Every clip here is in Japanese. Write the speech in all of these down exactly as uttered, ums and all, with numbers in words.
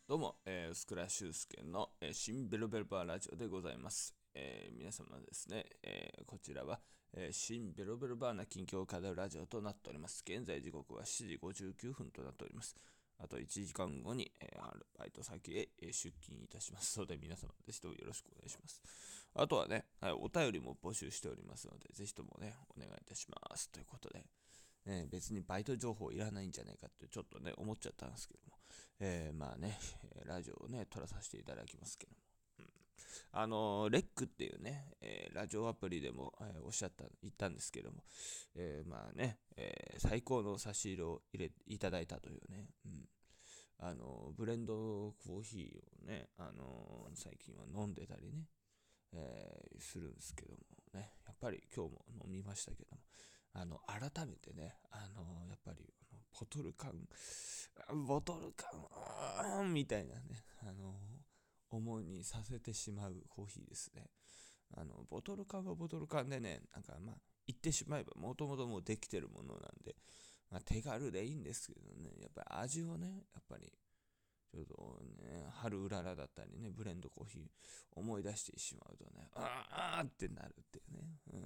どうも、えー、スクラシュウスケの、えー新ベルベルバーラジオでございます。えー皆様ですね、えーこちらは、えー新ベルベルバーな近況を語るラジオとなっております。現在時刻はしちじごじゅうきゅうふんとなっております。あといちじかんごに、えーアルバイト先へ、えー出勤いたしますので、皆様ぜひともよろしくお願いします。あとはね、はい、お便りも募集しておりますので、ぜひともね、お願いいたします。ということで、えー別にバイト情報いらないんじゃないかってちょっとね、思っちゃったんですけども、えーまあね、ラジオをね、撮らさせていただきますけども。うん、あのーレックっていうね、えーラジオアプリでも、えーおっしゃった、言ったんですけども、えーまあね、えー最高の差し入れを入れいただいたというね、うん、あのーブレンドコーヒーをね、あのー最近は飲んでたりね、えーするんですけどもね、やっぱり今日も飲みましたけども、あの、改めてね、あの、やっぱり、あのボトル感、ボトル感、みたいなね、あの、思いにさせてしまうコーヒーですね。あの、ボトル缶はボトル缶でね、なんかまあ、言ってしまえば、もともともうできてるものなんで、まあ、手軽でいいんですけどね、やっぱり味をね、やっぱり、ちょっとね、春うららだったりね、ブレンドコーヒー思い出してしまうとね、あーってなるっていうね、うん、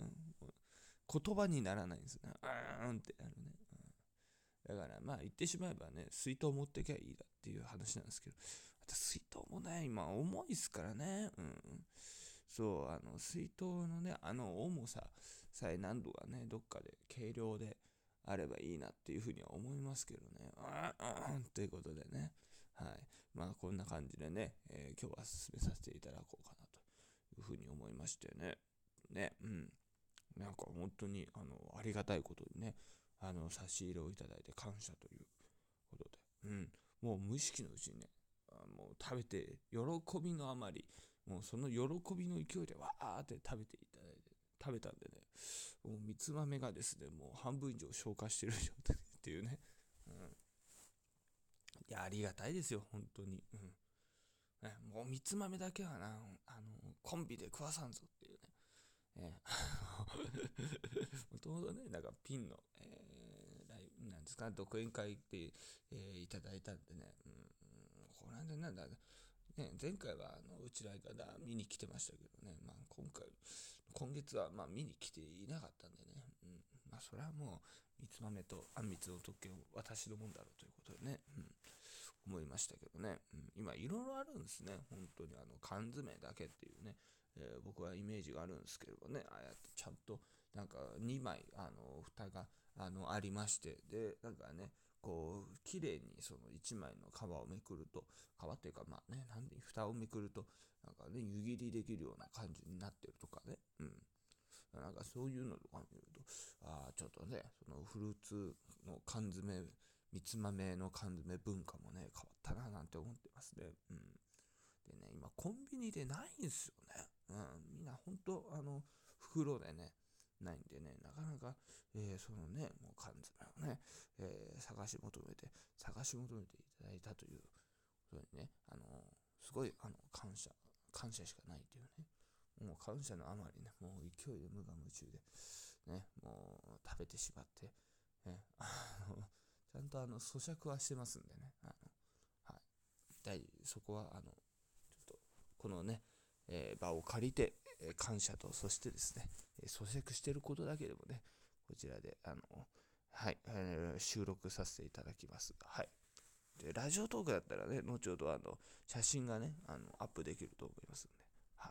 言葉にならないんですね。あーんってなるね。だからまあ言ってしまえばね、水筒持ってきゃいいだっていう話なんですけど、また水筒もね、今重いっすからね。うん。そう、あの水筒のね、あの重ささえ何度かね、どっかで軽量であればいいなっていうふうには思いますけどね。あーんということでね。はい。まあこんな感じでね、えー今日は進めさせていただこうかなというふうに思いましてね。ね、うん。なんか本当にあのありがたいことにね、あの差し入れをいただいて感謝ということで、うん、もう無意識のうちにね、あもう食べて喜びのあまり、もうその喜びの勢いでわーって食べていただいて、食べたんでね、もうみつ豆がですね、もう半分以上消化してる状態っていうね、うん、いや、ありがたいですよ、本当に。うんね、もうみつ豆だけはな、あのコンビで食わさんぞっていうね、えー、もともとね、なんかピンの、えー、ライブなんですか、独演会で、えーいただいたんでね、うん、これでなんだ、ね、前回はあのうちらが見に来てましたけどね、まあ、今回、今月はまあ見に来ていなかったんでね、うん、まあそれはもう、みつ豆とあんみつの特権を私のもんだろうということでね、うん、思いましたけどね、うん、今いろいろあるんですね、本当にあの缶詰だけっていうね、えー僕はイメージがあるんですけどね、ああやってちゃんとなんかにまいあの蓋があのありまして、でなんかね、こう綺麗にそのいちまいの皮をめくると、皮っていうかまあね、なんで蓋をめくるとなんかね、湯切りできるような感じになってるとかね、うん、なんかそういうのとか見ると、ああちょっとね、そのフルーツの缶詰、みつ豆の缶詰文化もね、変わったななんて思ってますね。うん。でね、今コンビニでないんですよね。うん、みんな本当あの、袋でね、ないんでね、なかなか、えーそのね、もう缶詰をね、えー探し求めて、探し求めていただいたということにね、あのすごい、あの、感謝、感謝しかないというね、もう感謝のあまりね、もう勢いで無我夢中で、ね、もう食べてしまって、ね、あの、ちゃんとあの、咀嚼はしてますんでね、あの、はい。大そこは、あの、ちょっと、このね、えー場を借りて、えー感謝と、そしてですね、えー咀嚼していることだけでもね、こちらで、あの、はい、えー収録させていただきます。はい。で、ラジオトークだったらね、後ほど、あの、写真がね、あの、アップできると思いますんで、はい。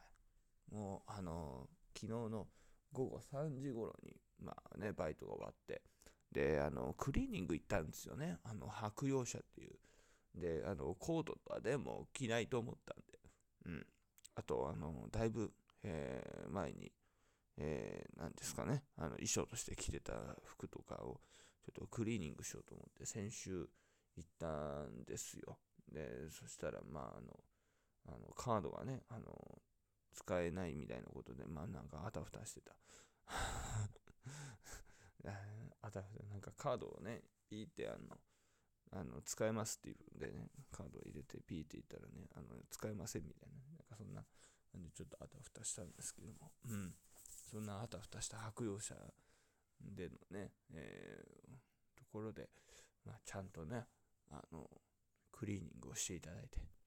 もう、あの昨日の午後さんじ頃に、まあね、バイトが終わって、で、あの、クリーニング行ったんですよね。あの、白洋車っていう。で、あの、コートとかでも着ないと思ったんで、うん。あと、あの、だいぶ、えー前に、えー、なんですかね、あの、衣装として着てた服とかを、ちょっとクリーニングしようと思って、先週行ったんですよ。で、そしたら、まあ、あの、あのカードがね、あの、使えないみたいなことで、まあなんかあたふたしてた。あたふた、なんかカードをね、ピーってあの、あの使えますっていうんでね、カードを入れてピーって言ったらね、あの使えませんみたいな、なんかそんな感じでちょっとあたふたしたんですけども、うん。そんなあたふたした白洋者でのね、えーところで、まあ、ちゃんとね、あの、クリーニングをしていただいて、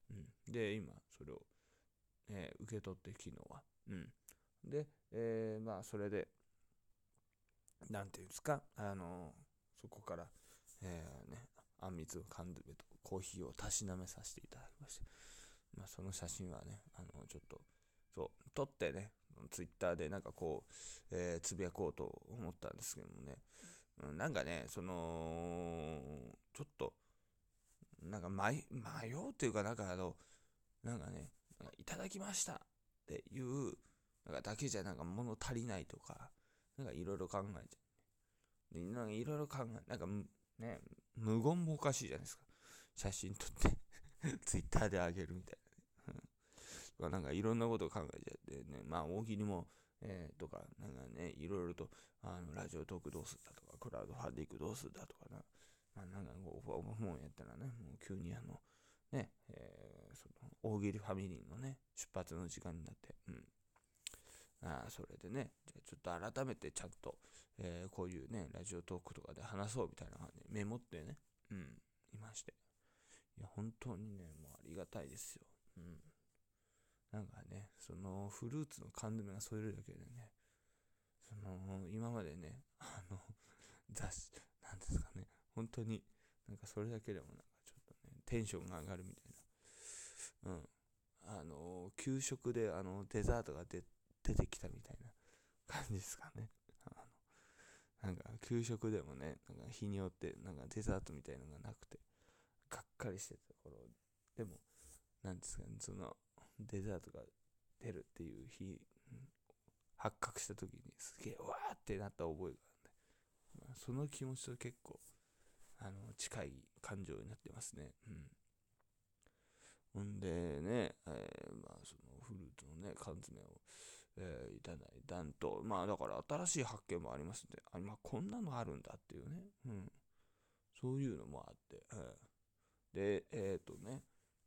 うん、で、今、それを、えー受け取って、昨日は。うん、で、えーまあ、それで、なんていうんですか、あのーそこから、えーね、あんみつ缶詰とコーヒーをたしなめさせていただきまして、まあ、その写真はね、あのちょっと、そう、撮ってね、ツイッターでなんかこう、えーつぶやこうと思ったんですけどもね、うん、なんかね、その、ちょっと、なんか迷迷うっていうか、なんかあの、なんかね、なんかいただきましたっていう、なんかだけじゃなんか物足りないとか、なんかいろいろ考えちゃう。でなんかいろいろ考え、なんかね、無言もおかしいじゃないですか。写真撮ってツイッターであげるみたいな。なんかいろんなことを考えちゃってね、まあ大喜利も、えー、とか、なんかね、いろいろと、あの、ラジオトークどうするだとか、クラウドファンディングどうするだとかな、まあなんかこう、思うんやったらね、もう急にあの、ね、えー、その、大喜利ファミリーのね、出発の時間になって、うん。あそれでね、じゃあちょっと改めてちゃんと、えー、こういうね、ラジオトークとかで話そうみたいな感じでメモってね、うん、いまして。いや、本当にね、もうありがたいですよ。うん。なんかね、そのフルーツの缶詰が添えるだけでね、その今までね、あの雑誌、なんですかね、本当になんかそれだけでもなんかちょっとね、テンションが上がるみたいな。うん。あの、給食であのデザートが出出てきたみたいな感じですかね。あのなんか給食でもね、なんか日によってなんかデザートみたいのがなくて、がっかりしてた頃、でも、なんですかね、そのデザートが出るっていう日、発覚した時にすげえわーってなった覚えがあるんで、まあ、その気持ちと結構あの近い感情になってますね。うん。ほんでね、えー、まあそのフルーツのね、缶詰を、えーいただいたんと、まあだから新しい発見もありますんで、あ、まあこんなのあるんだっていうね、うん。そういうのもあって、うん、で、えっ、ー、とね、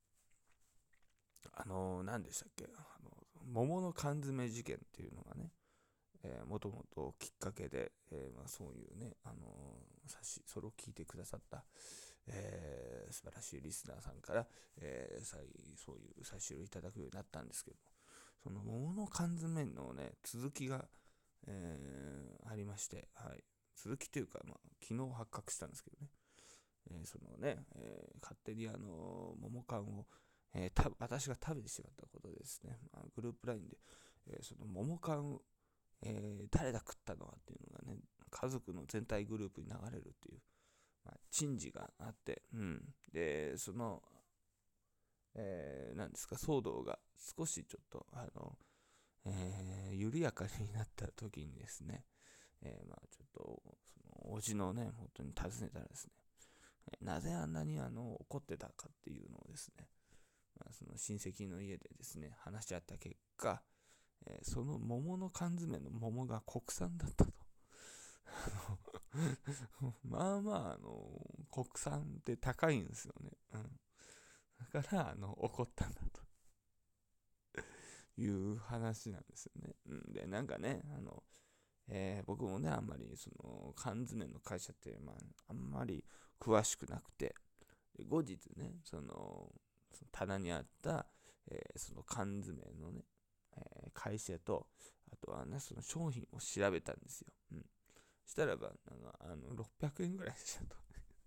あのー、何でしたっけ、あの、桃の缶詰事件っていうのがね、えー、もともときっかけで、えーまあ、そういうね、あのー、さしそれを聞いてくださった、えー、素晴らしいリスナーさんから、えー、そういう差し入れをいただくようになったんですけども、その桃の缶詰のね、続きが、えー、ありまして、はい、続きというか、まあ、昨日発覚したんですけどね、えー、そのね、えー、勝手にあの桃缶を、えー、た私が食べてしまったことでですね、まあ、グループラインで、えー、その桃缶、えー、誰だ食ったのはっていうのがね、家族の全体グループに流れるっていう、まあ、珍事があって、うん、で、その、えー、なんですか、騒動が少しちょっと、あの、えー、緩やかになった時にですね、えー、まあちょっと、その、おじのね、本当に尋ねたらですね、なぜあんなにあの怒ってたかっていうのをですね、まあ、その親戚の家でですね、話し合った結果、えーその桃の缶詰の桃が国産だったと。まあまあ、あの、国産って高いんですよね。うん。だから、あの、怒ったんだという話なんですよね。うん。で、なんかね、あの、えー僕もね、あんまり、その、缶詰の会社って、まあ、あんまり詳しくなくて、で後日ね、その、その棚にあった、えーその缶詰のね、えー会社と、あとはね、その商品を調べたんですよ。うん。したらば、なんか、あの、ろっぴゃくえんぐらいしたと。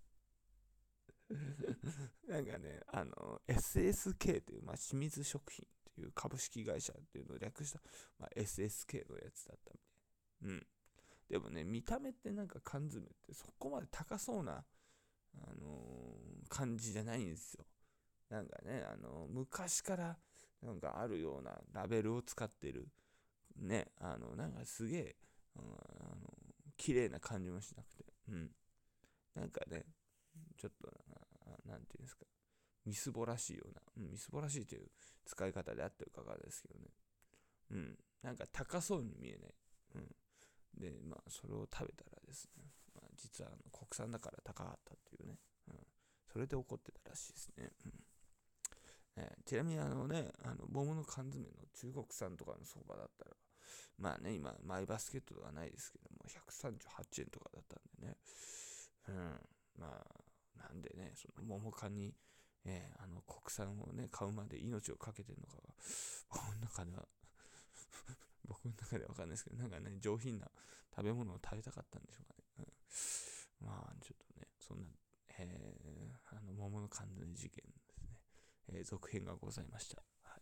なんかね、あの、エスエスケー という、まあ、清水食品という株式会社っていうのを略した、まあ、エスエスケー のやつだったみたいな。うん。でもね、見た目ってなんか缶詰ってそこまで高そうな、あのー感じじゃないんですよ。なんかね、あのー昔からなんかあるようなラベルを使ってる、ね、あの、なんかすげえ、うん、あの綺麗な感じもしなくて、うん。なんかね、ちょっとな、なんていうんですか、みすぼらしいような、うん、みすぼらしいという使い方であってるかがですけどね、うん。なんか高そうに見えない。うん。で、まあ、それを食べたらですね、まあ、実はあの国産だから高かったっていうね、うん、それで怒ってたらしいですね。うんえーちなみにあのね、あの桃の缶詰の中国産とかの相場だったら、まあね、今、マイバスケットではないですけども、ひゃくさんじゅうはちえんとかだったんでね、うん、まあ、なんでね、その桃缶に、 えー、あの国産をね買うまで命を懸けてるのかが僕の中では僕の中では分かんないですけど、なんかね上品な食べ物を食べたかったんでしょうかね、うん、まあちょっとねそんな、えー、あの桃の缶詰事件ですね、えー、続編がございました。はい。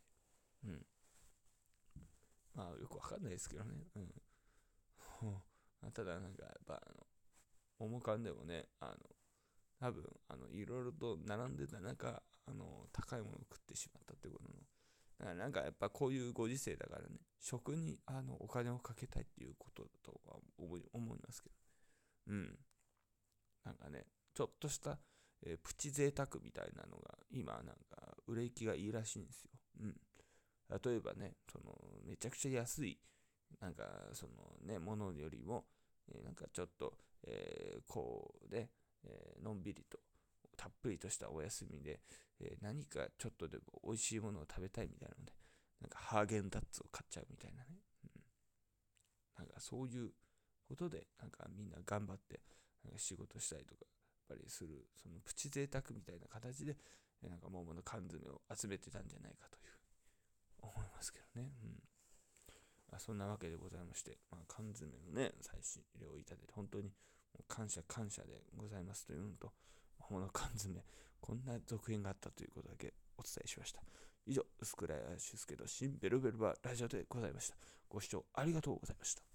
うん。まあよくわかんないですけどね。うん。ただなんかやっぱあの桃缶でもね、あの多分あのいろいろと並んでた中、あの高いものを食ってしまったってことの、だからなんかやっぱこういうご時世だからね、食にあのお金をかけたいっていうことだとは思い思いますけど、うん。なんかね、ちょっとした、えープチ贅沢みたいなのが今なんか売れ行きがいいらしいんですよ。うん。例えばね、そのめちゃくちゃ安いなんかそのねものよりも、えーなんかちょっと、えーこうね、えーのんびりとたっぷりとしたお休みで、えー何かちょっとでも美味しいものを食べたいみたいなので、なんかハーゲンダッツを買っちゃうみたいなね、うん、なんかそういうことでなんかみんな頑張ってなんか仕事したりとかやっぱりする、そのプチ贅沢みたいな形で、えーなんか桃の缶詰を集めてたんじゃないかという思いますけどね。うん。まあ、そんなわけでございまして、まあ、缶詰のね、最新例をいただいて、本当にもう感謝感謝でございますというのと、この缶詰、こんな続編があったということだけお伝えしました。以上、薄倉俊介と新ベルベルバーラジオでございました。ご視聴ありがとうございました。